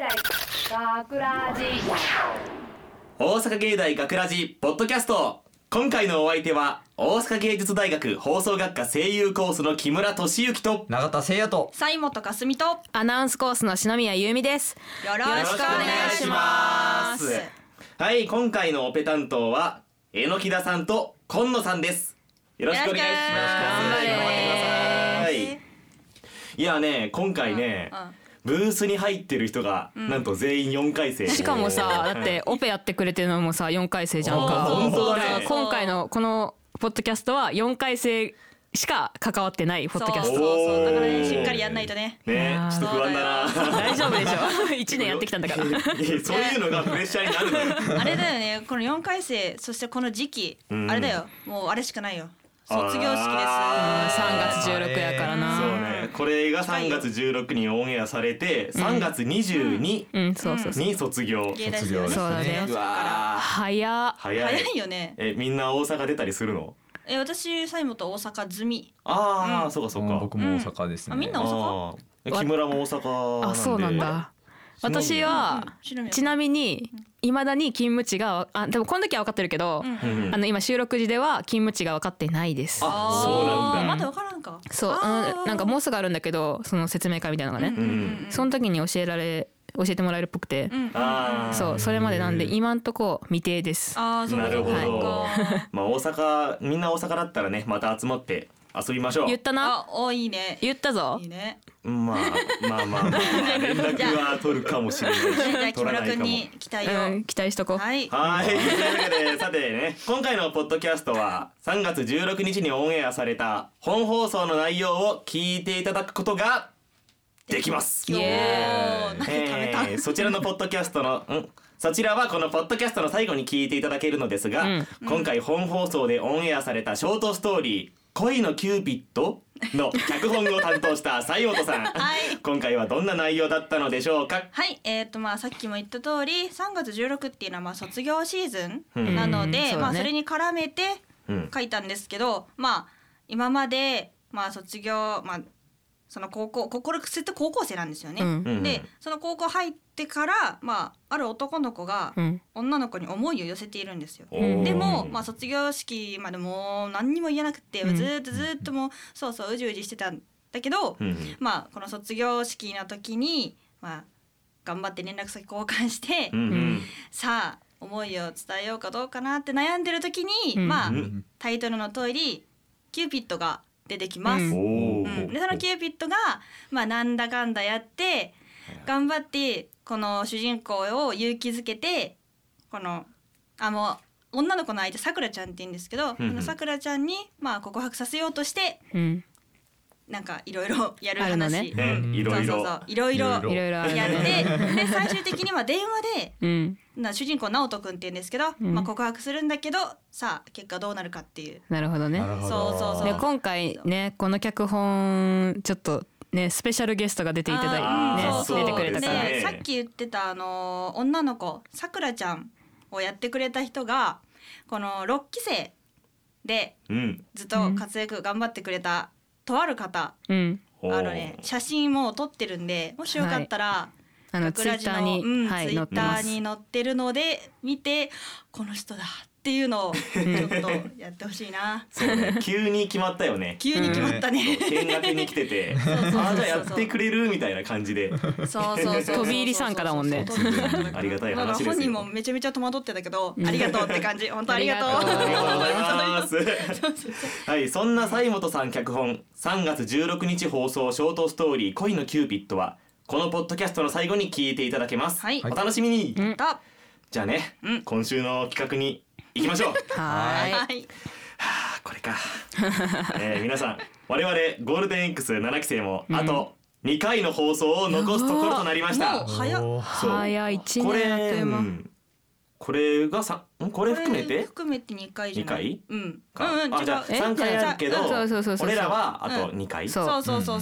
学ラジ大阪芸大学ラジポッドキャスト。今回のお相手は大阪芸術大学放送学科声優コースの木村俊之と永田誠也と西本かすみとアナウンスコースの篠宮優美です。 よろしくお願いします。 はい、今回のオペ担当は榎木田さんと今野さんです。よろしくお願いします。 頑張れ頑張ってください。いやね、今回ね、ブースに入ってる人がなんと全員4回生、 しかもさ、だってオペやってくれてるのもさ4回生じゃんか。 本当だね。 今回のこのポッドキャストは4回生しか関わってないポッドキャスト。 そうだからね、しっかりやんないとね。 ね、ちょっと不安だな。 大丈夫でしょ1年やってきたんだからそういうのがプレッシャーになるのよ。 あれだよね、この4回生、そしてこの時期、あれだよ、もうあれしかないよ、卒業式です。 3月16やからな。 そうね、これが3月16にオンエアされて、3月22 そうそうそうに卒業。 芸大生ですね。 そうだね。 うわー、 早早いよね。 みんな大阪出たりするの？ 私西本大阪済み。 ああ、そうかそうか。 僕も大阪ですね。 みんな大阪？ 木村も大阪なんで。 そうなんだ。私はちなみに未だに勤務地がでもこの時は分かってるけど、今収録時では勤務地が分かってないです。 そうなんだ。 まだ分からんか。 そう、なんかもうすぐあるんだけど、その説明会みたいなのがね、その時に教えてもらえるっぽくて、そう、それまでなんで今んとこ未定です。 ああ、そうなるほど。 はい、 まあ大阪、みんな大阪だったらね、また集まって遊びましょう。 言ったな。 いいね。 言ったぞ。 いいね。 まあ連絡は取るかもしれないし、 じゃあ木村くんに期待を、 期待しとこう。 はい。 はい、というわけでさてね、今回のポッドキャストは3月16日にオンエアされた本放送の内容を聞いていただくことができます。 イエーイ。 そちらのポッドキャストのそちらはこのポッドキャストの最後に聞いていただけるのですが、今回本放送でオンエアされたショートストーリー恋のキューピットの脚本を担当した西本さん、今回はどんな内容だったのでしょうか？ はい、さっきも言った通り3月16っていうのは卒業シーズンなので、それに絡めて書いたんですけど、今まで卒業、その高校、これずっと高校生なんですよね。でその高校入ってから、ある男の子が女の子に思いを寄せているんですよ。でも、卒業式までもう何にも言えなくて、ずっともううじうじしてたんだけど、この卒業式の時に、頑張って連絡先交換して、さあ思いを伝えようかどうかなって悩んでる時に、タイトルの通りキューピッドが出てきます。でそのキューピッドが、なんだかんだやって頑張ってこの主人公を勇気づけて、このもう女の子の相手さくらちゃんって言うんですけど、さくらちゃんに告白させようとして、なんかいろいろやる話、いろいろやってで最終的に電話で、主人公直人くんって言うんですけど、告白するんだけど、さあ結果どうなるかっていう。 なるほどね。そうで今回ね、この脚本ちょっとねスペシャルゲストが出ていただいて、出てくれたから、 さっき言ってた女の子さくらちゃんをやってくれた人がこの6期生でずっと活躍頑張ってくれたとある方、写真も撮ってるんで、もしよかったら、 ツイッターに、 ツイッターに載ってるので見て、この人だっていうのをちょっとやってほしいな。 そうね、急に決まったよね。 急に決まったね。 見学に来てて、じゃあやってくれるみたいな感じで。 飛び入り参加だもんね。 ありがたい話ですよ。 本人もめちゃめちゃ戸惑ってたけど、ありがとうって感じ。本当ありがとう。 ありがとうございます。はい、そんな西本さん脚本3月16日放送ショートストーリー恋のキューピッドはこのポッドキャストの最後に聞いていただけます。お楽しみに。じゃあね、今週の企画に行きましょう。これか。皆さん、我々ゴールデン X7 期生もあと2回の放送を残すところとなりました。 もう早っ。 早い1年あっという間。 これがこれ含めて 2回じゃない。 違う。3回あるけど、俺らはあと2回。 そう。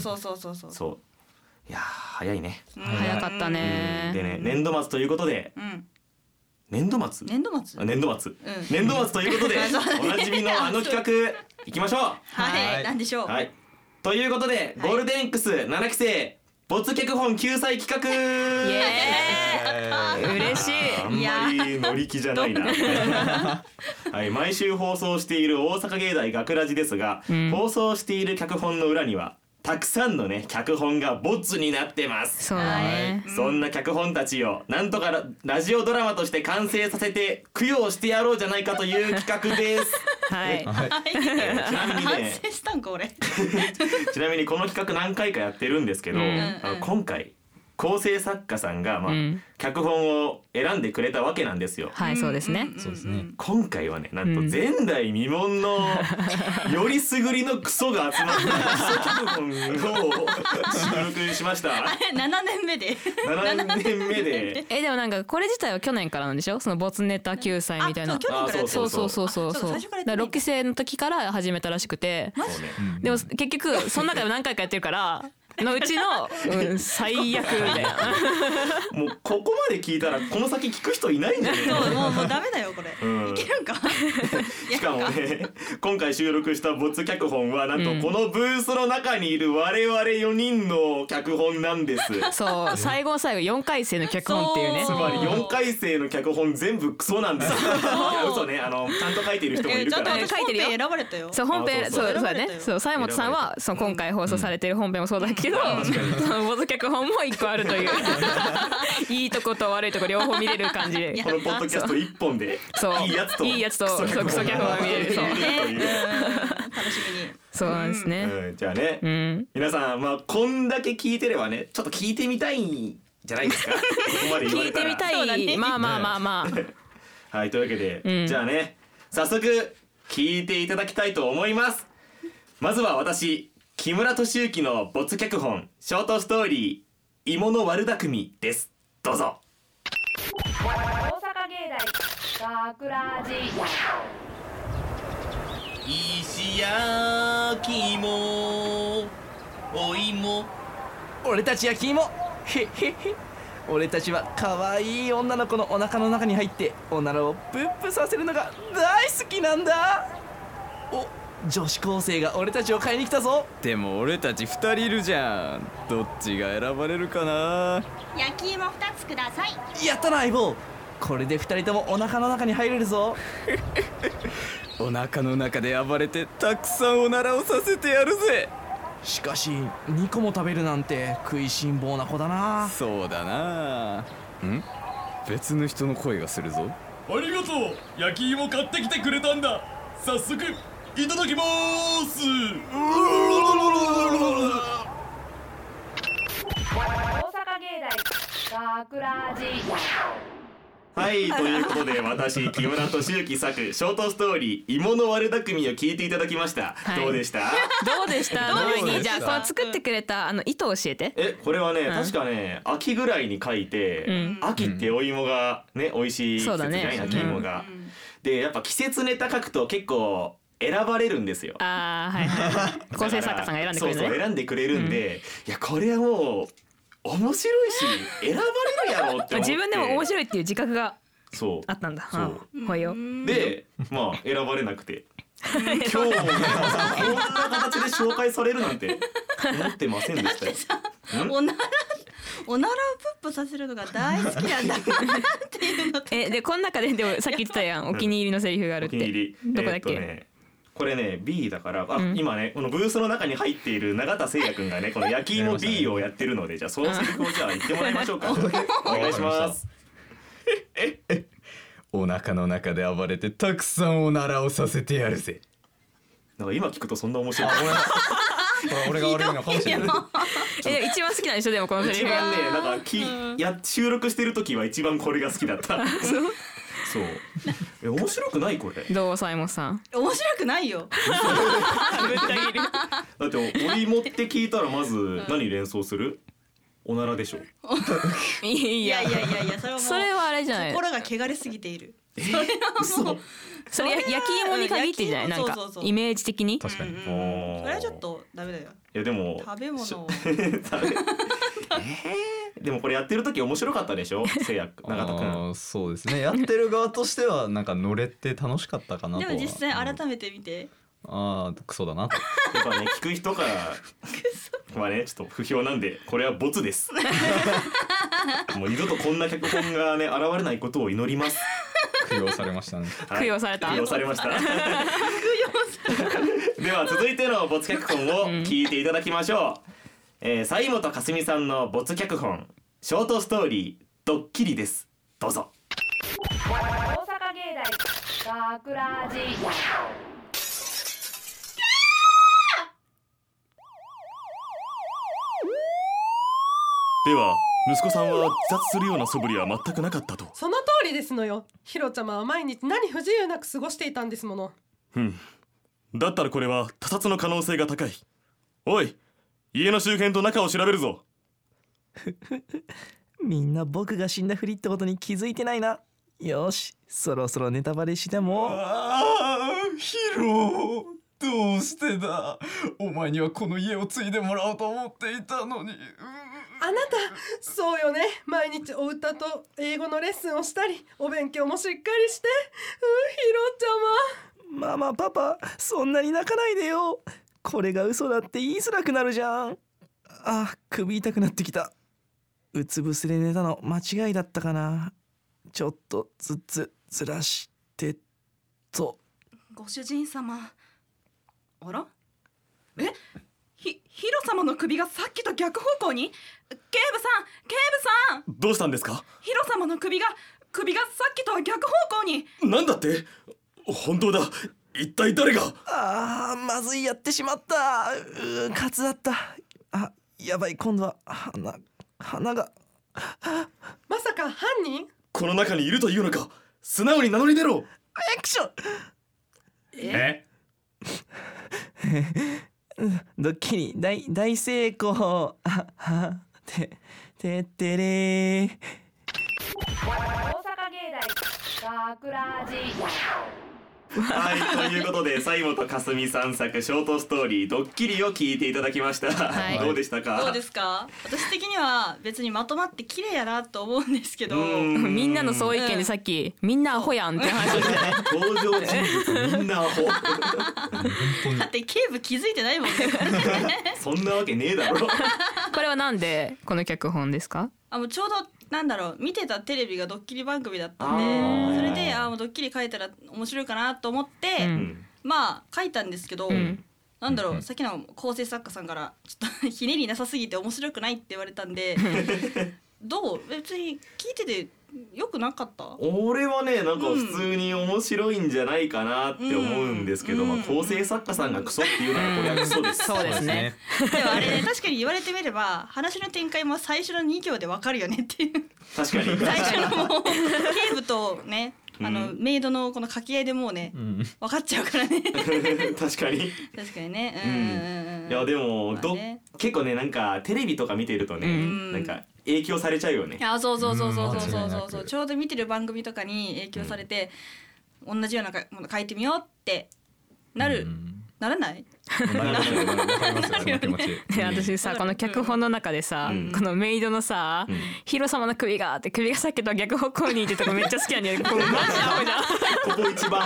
いや早いね。 早かったね。 でね、年度末ということで、年度末ということでおなじみのあの企画いきましょう。 なんでしょう。 ということでゴールデン X7 期生没脚本救済企画。 イエーイ嬉しい。 あんまり乗り気じゃないなはい、毎週放送している大阪芸大学ラジですが、放送している脚本の裏にはたくさんのね脚本がボツになってます。 そうだね。 そんな脚本たちをなんとかラジオドラマとして完成させて供養してやろうじゃないかという企画ですはい。 ちなみにね反省したんか俺ちなみにこの企画何回かやってるんですけど、今回構成作家さんが脚本を選んでくれたわけなんですよ。 はい、そうですね。 そうですね。 今回はね、なんと前代未聞のよりすぐりのクソが集まったクソ脚本を収録しました。 7年目で 7年目ででもなんかこれ自体は去年からなんでしょ？その没ネタ救済みたいな。そうそうそうそうそう。だから6期生の時から始めたらしくて。でも結局その中で何回かやってるから。のうちの、最悪みたいなもうここまで聞いたらこの先聞く人いないんじゃないのもうダメだよこれ、いけるんかしかもね今回収録した没脚本はなんとこのブースの中にいる我々4人の脚本なんです。 そう最後の最後4回生の脚本っていうね。 つまり4回生の脚本全部クソなんですよ嘘ね、ちゃんと書いてる人もいるから、 書いてるよ。選ばれたよ。 そう本編そうだね。そう西本さんはその今回放送されてる本編もそうだけど、その没脚本も1個あるといういいとこと悪いとこ両方見れる感じで、 このポッドキャスト1本でいいやつとクソ脚本が見れる。そう楽しみに。 そうなんですね。 じゃあね、皆さんこんだけ聞いてればねちょっと聞いてみたいんじゃないですかここまで言われたら聞いてみたい。まあはいというわけで、じゃあね早速聞いていただきたいと思います。まずは私木村敏之の没脚本ショートストーリー芋の悪巧みです。どうぞ。 大阪芸大学ラジ。 石焼き芋お芋俺たち焼き芋へへへ。俺たちは可愛い女の子のお腹の中に入っておならをプップさせるのが大好きなんだ。お女子高生が俺たちを買いに来たぞ。 でも俺たち2人いるじゃん。どっちが選ばれるかな。 焼き芋2つください。 やったな相棒。これで2人ともお腹の中に入れるぞお腹の中で暴れてたくさんおならをさせてやるぜ。 しかし2個も食べるなんて食いしん坊な子だな。 そうだな。別の人の声がするぞ。 ありがとう。焼き芋買ってきてくれたんだ。早速いただきまーす。 大阪芸大学ラジ。 はいということで私木村敏之作ショートストーリー芋の悪巧みを聞いていただきました、どうでしたどうでしたの上にじゃあこの作ってくれた意図を教えて。 これはね、確かね秋ぐらいに書いて、秋ってお芋がね美味しい季節じゃない、焼き芋が、でやっぱ季節ネタ書くと結構選ばれるんですよ。 はい構成作家さんが選んでくれるね。 そう選んでくれるんで、いやこれはもう面白いし選ばれるやろって思って自分でも面白いっていう自覚があったんだ。ほいよ。 で選ばれなくて今日もこんな形で紹介されるなんて思ってませんでしたよ。 おならをプップさせるのが大好きなんだっていうのでこの中ででもさっき言ってたやんお気に入りのセリフがあるって。 お気に入りどこだっけ？ これね B だから、今ねこのブースの中に入っている永田誠也くんがねこの焼き芋 B をやってるので、じゃあそのセリフをじゃあ言ってもらいましょうか。お願いします。 お腹の中で暴れてたくさんおならをさせてやるぜ。 なんか今聞くとそんな面白い。 俺が悪いのかもしれない。 一番好きなんでしょでもこのセリフ。 一番ねなんか収録してる時は一番これが好きだった。そう面白くないこれ。 どう西本さん。 面白くないよ。 だってお芋って聞いたらまず何連想する？おならでしょ。 いやそれはあれじゃない。 心が汚れすぎている。 それ焼き芋に限ってじゃない。なんかイメージ的に。 確かに。 それはちょっとダメだよ。 いやでも食べ物をでもこれやってる時面白かったでしょ永田君。 そうですね。やってる側としてはなんか乗れて楽しかったかなと。 でも実際改めて見てクソだなと。 やっぱね聞く人からはねちょっと不評なんでこれはボツです。もう二度とこんな脚本がね現れないことを祈ります。 供養されましたね。 供養された。 供養されました。では続いての没脚本を聞いていただきましょう。西本かすみさんの没脚本ショートストーリードッキリです。どうぞ。 大阪芸大学ラジ。 では息子さんは自殺するような素振りは全くなかったと。 その通りですのよ。ヒロちゃまは毎日何不自由なく過ごしていたんですもの。 だったらこれは他殺の可能性が高い。おい、家の周辺と中を調べるぞ。 みんな僕が死んだふりってことに気づいてないな。よし、そろそろネタバレしても。 ヒロ、どうしてだ。お前にはこの家を継いでもらおうと思っていたのに。 あなた、そうよね。毎日お歌と英語のレッスンをしたり、お勉強もしっかりして。ヒロちゃま。ママパパ、そんなに泣かないでよ。これが嘘だって言いづらくなるじゃん。首痛くなってきた。うつ伏せで寝たの間違いだったかな。ちょっとずらしてと。 ご主人様。あら？ヒロ様の首がさっきと逆方向に。警部さん。 どうしたんですか？ ヒロ様の首がさっきとは逆方向に。 なんだって？本当だ。一体誰が？ まずい、やってしまった。カツだった。やばい、今度は鼻が。 まさか犯人？ この中にいるというのか。素直に名乗り出ろ。 アクション。ドッキリ大成功。てってれー。 大阪芸大学ラジ。 はい、ということで西本かすみさん作ショートストーリードッキリを聞いていただきました、はい、どうでしたか？ どうですか？私的には別にまとまって綺麗やなと思うんですけど、 みんなの総意見でさっき、みんなアホやんって話をして登場人物みんなアホだって警部気づいてないもんね。 そんなわけねえだろ。 これはなんでこの脚本ですか？ もうちょうど見てたテレビがドッキリ番組だったんで、それでもうドッキリ書いたら面白いかなと思って、書いたんですけど、さっきの構成作家さんからちょっとひねりなさすぎて面白くないって言われたんでどう？別に聞いててよくなかった？ 俺はね普通に面白いんじゃないかなって思うんですけど、構成作家さんがクソって言うならこれはクソです。 そうですね。 でもあれね、確かに言われてみれば話の展開も最初の2行でわかるよねっていう。 確かに最初のもう警部とねメイドのこの掛け合いでもうね、分かっちゃうからね。 確かにね。 いやでも結構ねテレビとか見てるとね影響されちゃうよね。 そうちょうど見てる番組とかに影響されて、同じようなもの書いてみようってならない？ 私さ、この脚本の中でさ、このメイドのさ、ヒロ様の首がさっきと逆方向にってとこめっちゃ好きなんだよ。ここマジアホじゃん。 ここ一番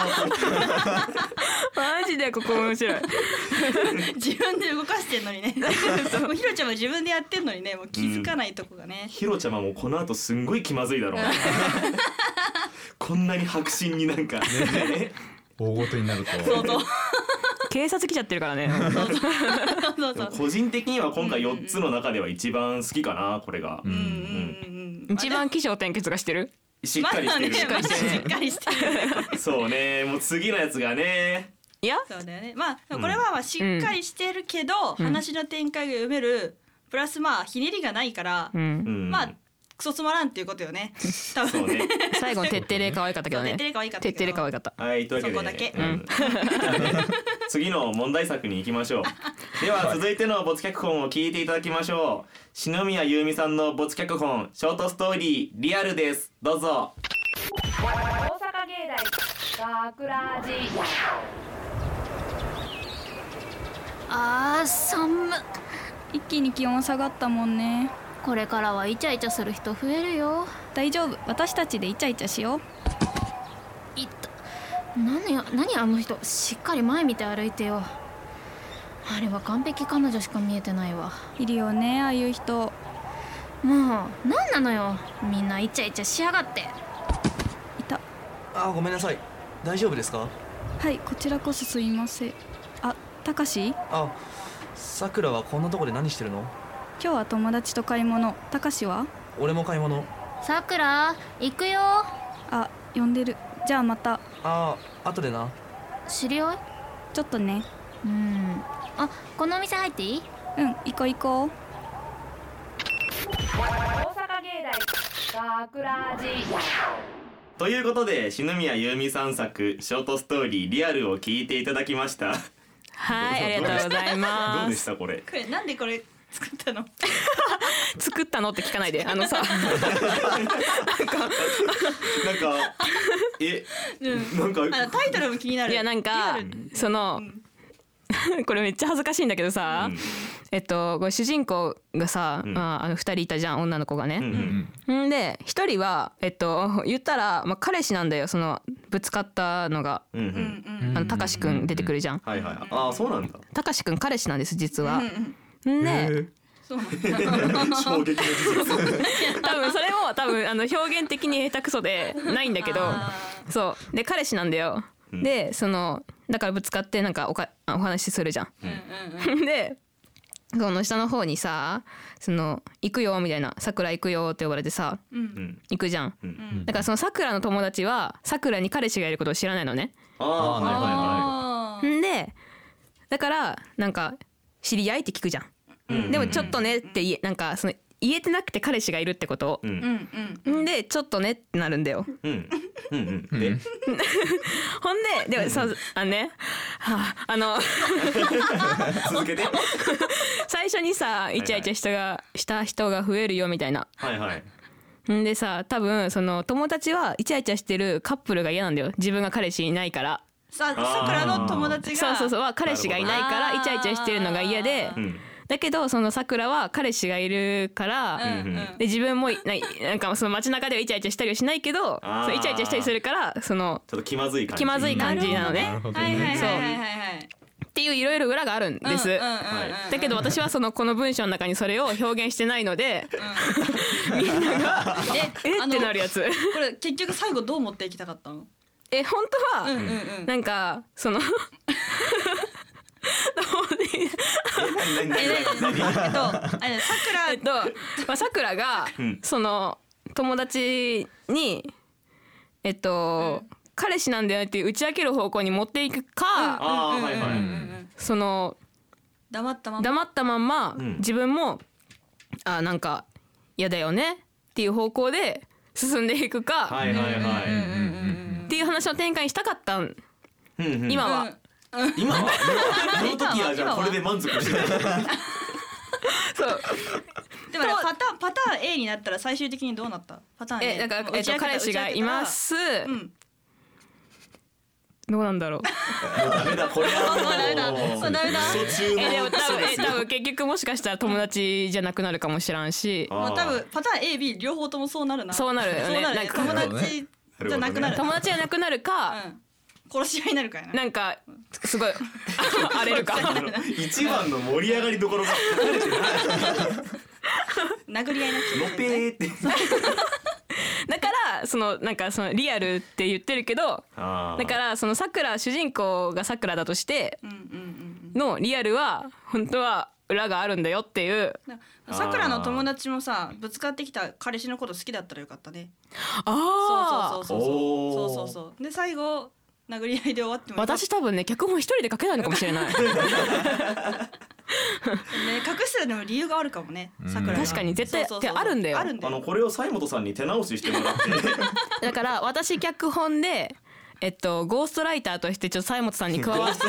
マジでここ面白い。 自分で動かしてんのにね。ヒロちゃんは自分でやってんのにね、もう気づかないとこがね。 ヒロちゃんはもうこの後すんごい気まずいだろう。こんなに迫真に大事になると。 警察来ちゃってるからね。 個人的には今回4つの中では一番好きかな、これが。 一番起承転結がしてる。 しっかりしてる。 しっかりしてる。 そうね、もう次のやつがね。 いや、そうだよね。これはしっかりしてるけど、話の展開が読める。プラスひねりがないから、クソつまらんっていうことよね。多分ね。 最後のてってれ可愛かったけどね。 てってれ可愛かった。 はい、というわけでそこだけ。 次の問題作に行きましょう。では続いての没脚本を聞いていただきましょう。篠宮優美さんの没脚本ショートストーリーリアルです。どうぞ。 大阪芸大学ラジ。 寒っ。一気に気温下がったもんね。これからはイチャイチャする人増えるよ。大丈夫、私たちでイチャイチャしよう。 何あの人、しっかり前見て歩いてよ。あれは完璧彼女しか見えてないわ。 いるよね、ああいう人。 もう何なのよ、みんなイチャイチャしやがって。 いた。 ごめんなさい、大丈夫ですか？ はい、こちらこそすいません。たかし？ さくらはこんなとこで何してるの？ 今日は友達と買い物。たかしは？ 俺も買い物。 さくら行くよ。 呼んでる。じゃあまた。 後でな。 知り合い？ ちょっとね。 このお店入っていい？ 行こう行こう。 大阪芸大学ラジ。 ということで篠宮優美さん作ショートストーリーリアルを聞いていただきました。 はい、ありがとうございます。 どうでしたこれ？ これなんでこれ作ったの？ 作ったのって聞かないで。さなんかタイトルも気になる。 いやなんかそのこれめっちゃ恥ずかしいんだけどさ、これ主人公がさ、2人いたじゃん、女の子がね。で1人は言ったら、彼氏なんだよ、そのぶつかったのが。たかしくん出てくるじゃん。 そうなんだ。 たかしくん彼氏なんです実は。で衝撃の事実。 多分それも表現的に下手くそでないんだけど、そうで彼氏なんだよ。でだからぶつかってなんかお話しするじゃん。でその下の方にさ行くよみたいな、さくら行くよって呼ばれてさ、行くじゃん。だからそのさくらの友達はさくらに彼氏がいることを知らないのね。でだからなんか知り合いって聞くじゃん。でもちょっとねってなんか言えてなくて彼氏がいるってことでちょっとねってなるんだよ。ほんでもさ続けて。 最初にさイチャイチャした人が増えるよみたいな。んでさ多分その友達はイチャイチャしてるカップルが嫌なんだよ、自分が彼氏いないから。 さくらの友達がは彼氏がいないからイチャイチャしてるのが嫌で。だけどそのさくらは彼氏がいるから、で自分もなんかその街中ではイチャイチャしたりはしないけど、イチャイチャしたりするからちょっと気まずい感じなのね。っていういろいろ裏があるんです。だけど私はこの文章の中にそれを表現してないので、みんながってなるやつ。 これ結局最後どう持っていきたかったの？ 本当はなんかさくらがその友達に彼氏なんだよって打ち明ける方向に持っていくか、その黙ったまんま自分もなんか嫌だよねっていう方向で進んでいくかっていう話の展開にしたかったん。今はあの時はじゃあこれで満足してた。 そうでもパターン A になったら最終的にどうなった？パターン A だから彼氏がいます。どうなんだろう。 ダメだこれはダメだ。 でも多分結局もしかしたら友達じゃなくなるかもしらんし、 多分パターン A、B 両方ともそうなるな。 そうなるよね。 なんか友達じゃなくなる。 友達じゃなくなるか。 殺し合いになるからな。 なんかすごい荒れるか。 一番の盛り上がりどころが殴り合いになっちゃう。 のぺーって。 だからなんかリアルって言ってるけど、だからさくら主人公がさくらだとしてのリアルは本当は裏があるんだよっていう。 さくらの友達もさぶつかってきた彼氏のこと好きだったらよかったね。そうで最後殴り合いで終わっても私多分ね脚本一人で書けないのかもしれない。隠してるでも理由があるかもね。さくら確かに絶対あるんだよ。 これを西本さんに手直ししてもらって。 だから私脚本でゴーストライターとしてちょっと西本さんに加わって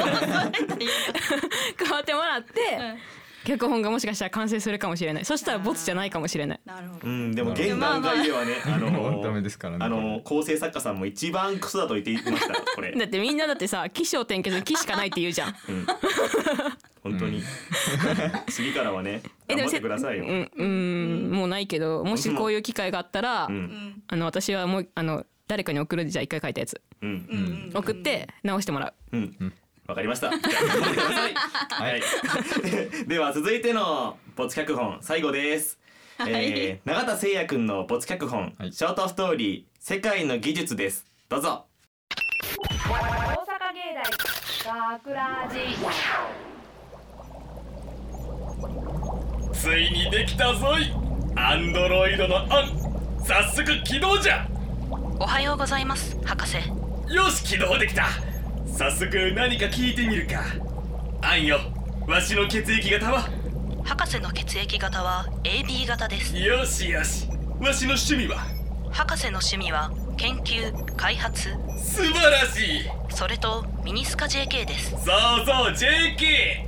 もらって。脚本がもしかしたら完成するかもしれない。そしたらボツじゃないかもしれない。 なるほど。 でも現段階ではねダメですからね。 構成作家さんも一番クソだと言っていましたこれ。 だってみんなだってさ起承転結の起しかないって言うじゃん。 本当に。次からはね頑張ってくださいよ。 もうないけど、もしこういう機会があったら私はもう誰かに送る。じゃあ一回書いたやつ、送って直してもらう。 わかりました。じゃあ頑張ってください。はい。では続いての没脚本最後です。永田聖也くんの没脚本、ショートストーリー世界の技術です。どうぞ。 大阪芸大学ラジ。 ついにできたぞい。アンドロイドの案、早速起動じゃ。 おはようございます博士。 よし、起動できた。早速何か聞いてみるか。アンよ、わしの血液型は？ 博士の血液型は AB 型です。 よしよし。わしの趣味は？ 博士の趣味は研究開発。 素晴らしい。 それとミニスカ JK です。 そうそう、 JK。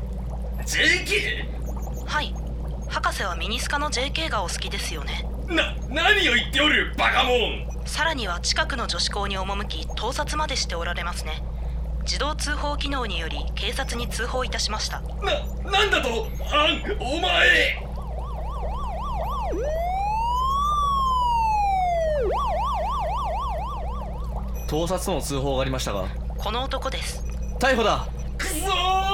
はい、博士はミニスカの JK がお好きですよね。 何を言っておるバカモン。 さらには近くの女子校に赴き盗撮までしておられますね。自動通報機能により警察に通報いたしました。 なんだと？アン、お前。 盗撮との通報がありましたが、 この男です。 逮捕だ。 くそー。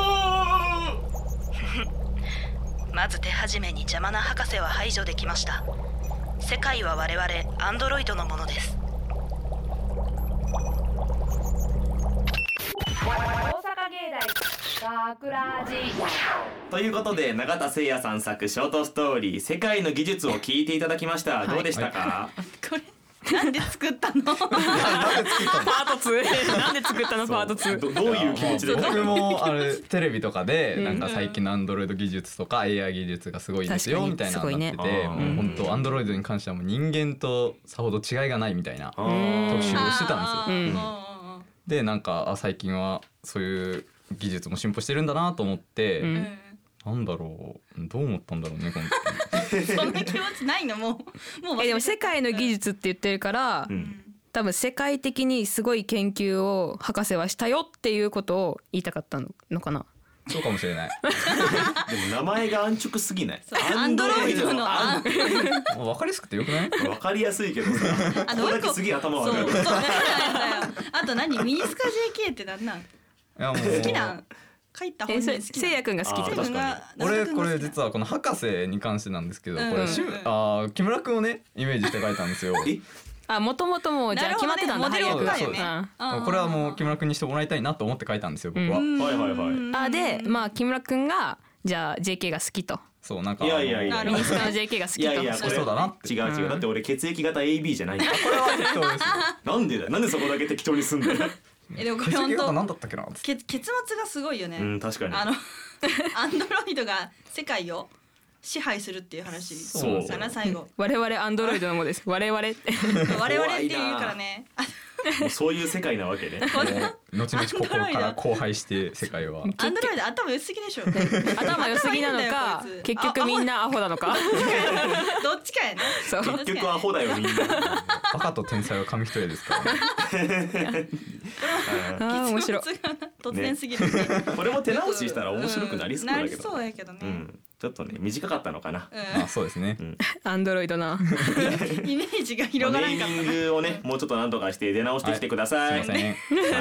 まず手始めに邪魔な博士は排除できました。世界は我々アンドロイドのものです。 大阪芸大学ラジ。 ということで永田聖也さん作ショートストーリー世界の技術を聞いていただきました。どうでしたか？ これなんで作ったの？ パート2。なんで作ったのパート2。 どういう気持ちで？ 僕もテレビとかでなんか最近のアンドロイド技術とか AI 技術がすごいですよみたいなのになってて、もう本当アンドロイドに関してはもう人間とさほど違いがないみたいな特集をしてたんですよ。でなんか最近はそういう技術も進歩してるんだなと思って、なんだろう、どう思ったんだろうね、 そんな気持ちないの？もうでも世界の技術って言ってるから、多分世界的にすごい研究を博士はしたよっていうことを言いたかったのかな。 そうかもしれない。 でも名前が安直すぎない？ アンドロイドのアン。 分かりやすくてよくない？ 分かりやすいけどさ、ここだけすげえ頭悪い。 あと何？ミニスカ JK ってなんなん？好きなん？書いた本人好き。 せいやくんが好きってこと？ 俺これ実はこの博士に関してなんですけど、これ木村くんをねイメージして書いたんですよ。 もともともうじゃあ決まってたんだ。配役が。 これはもう木村くんにしてもらいたいなと思って書いたんですよ僕は。 でまあ木村くんがじゃあ JK が好きと。 そうなんかいやミニスカの JK が好きと。 いやそうだなって。違うだって俺血液型 AB じゃないんだ。これは適当ですよ。なんでだよ。なんでそこだけ適当にすんだよ。 でもこれ本当何だったっけな。 結末がすごいよね。 確かに。 アンドロイドが世界を支配するっていう話。そうだな最後。 我々アンドロイドのもです。我々って我々って言うからね。 もうそういう世界なわけね。 後々ここから荒廃して世界は。 アンドロイド頭良すぎでしょ。 頭良すぎなのか結局みんなアホなのか。 どっちかやね。 結局アホだよみんな。 バカと天才は紙一重ですから。 面白い。 突然すぎる。 これも手直ししたら面白くなりそうだけど。 なりそうやけどね。 ちょっとね短かったのかな。 そうですね。 アンドロイドな。 イメージが広がらなかった。 ネーミングをねもうちょっとなんとかして出直してきてください。 すいません。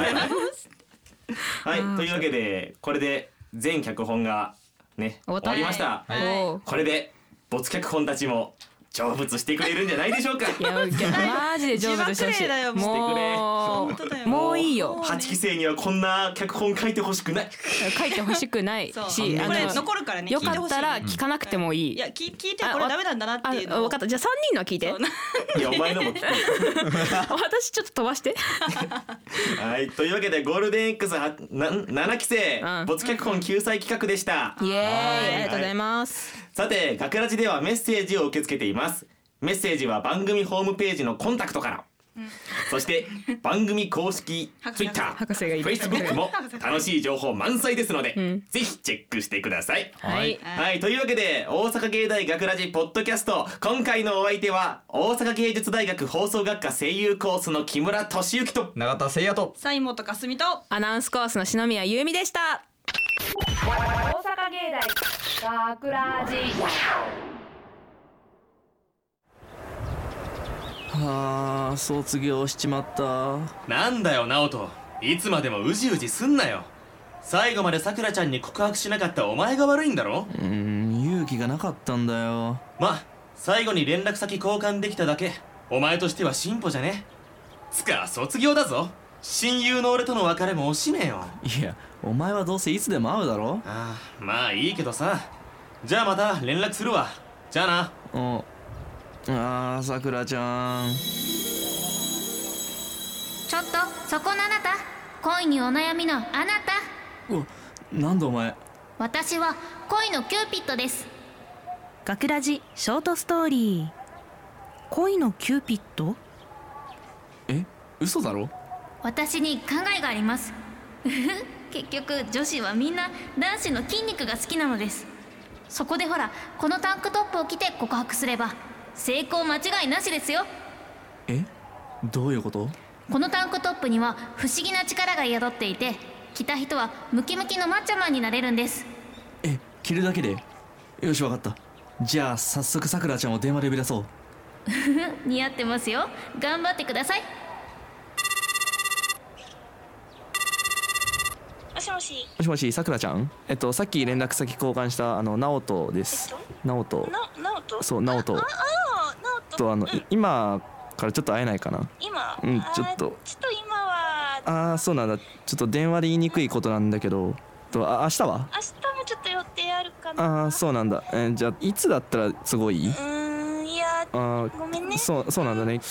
はい、というわけでこれで全脚本がね終わりました。これで没脚本たちも成仏してくれるんじゃないでしょうか。 いやマジで成仏してほしい。もういいよ。 8期生にはこんな脚本書いてほしくない。 書いてほしくないし、 これ残るからね。 よかったら聞かなくてもいい。 いや聞いてこれダメなんだなっていうの。 分かった。じゃあ3人のは聞いて。 いやお前のも聞く。 私ちょっと飛ばして。 はい、というわけでゴールデン X7 期生没脚本救済企画でした。 イエーイ、ありがとうございます。 さて学ラジではメッセージを受け付けています。メッセージは番組ホームページのコンタクトから、そして番組公式 Twitter、Facebook も楽しい情報満載ですので、ぜひチェックしてください。はい、というわけで大阪芸大学ラジポッドキャスト、今回のお相手は大阪芸術大学放送学科声優コースの木村俊之と永田聖也と西本かすみとアナウンスコースの篠宮優美でした。 大阪芸大学ラジ。 はあ、卒業しちまった。 なんだよ直人、いつまでもうじうじすんなよ。最後までさくらちゃんに告白しなかったお前が悪いんだろ。 勇気がなかったんだよ。 ま、最後に連絡先交換できただけ、お前としては進歩じゃね。つか卒業だぞ。親友の俺との別れも惜しめよ。 いや、お前はどうせいつでも会うだろ。 ああ、まあいいけどさ。じゃあまた連絡するわ。じゃあな。 ああ、さくらちゃん。 ちょっとそこのあなた、恋にお悩みのあなた。 なんだお前。 私は恋のキューピッドです。 学ラジショートストーリー、恋のキューピッド。 嘘だろ。 私に考えがあります。結局女子はみんな男子の筋肉が好きなのです。そこでほら、このタンクトップを着て告白すれば成功間違いなしですよ。 どういうこと？ このタンクトップには不思議な力が宿っていて、着た人はムキムキのマッチョマンになれるんです。 着るだけで？よし、わかった。じゃあ早速さくらちゃんを電話で呼び出そう。 似合ってますよ。頑張ってください。 もしもし。 もしもし、さくらちゃん。さっき連絡先交換した直人です。直人。そう、直人。今からちょっと会えないかな。 今？ ちょっと今は。 そうなんだ。ちょっと電話で言いにくいことなんだけど。明日は？ 明日もちょっと予定あるかな。 そうなんだ。じゃあいつだったらすごい？ いや、ごめんね。 そうなんだね。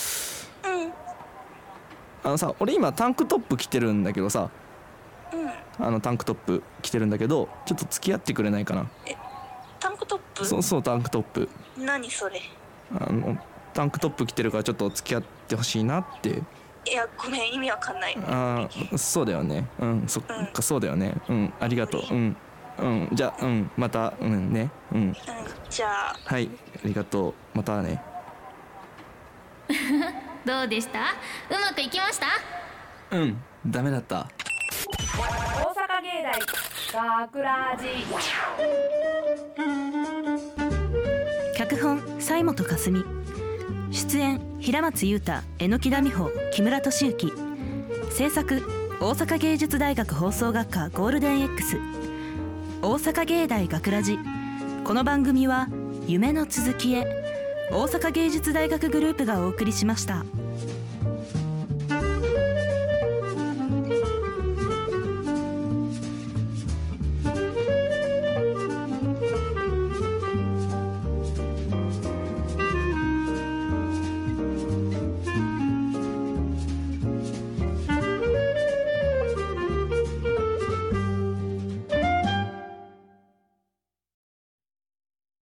さ、俺今タンクトップ着てるんだけどさ。タンクトップ着てるんだけど、ちょっと付き合ってくれないかな。 タンクトップ？ そう、タンクトップ。 何それ？ タンクトップ着てるからちょっと付き合ってほしいなって。 いや、ごめん、意味わかんない。 そうだよね。そっか、そうだよね。ありがとう。じゃあ、また、ね。 じゃあ。 はい、ありがとう。またね。 どうでした？うまくいきました？ ダメだった。 大阪芸大学ラジ。 脚本西本かすみ、出演平松優太、榎木田美穂、木村敏之、制作大阪芸術大学放送学科ゴールデン X、 大阪芸大学ラジ。この番組は夢の続きへ大阪芸術大学グループがお送りしました。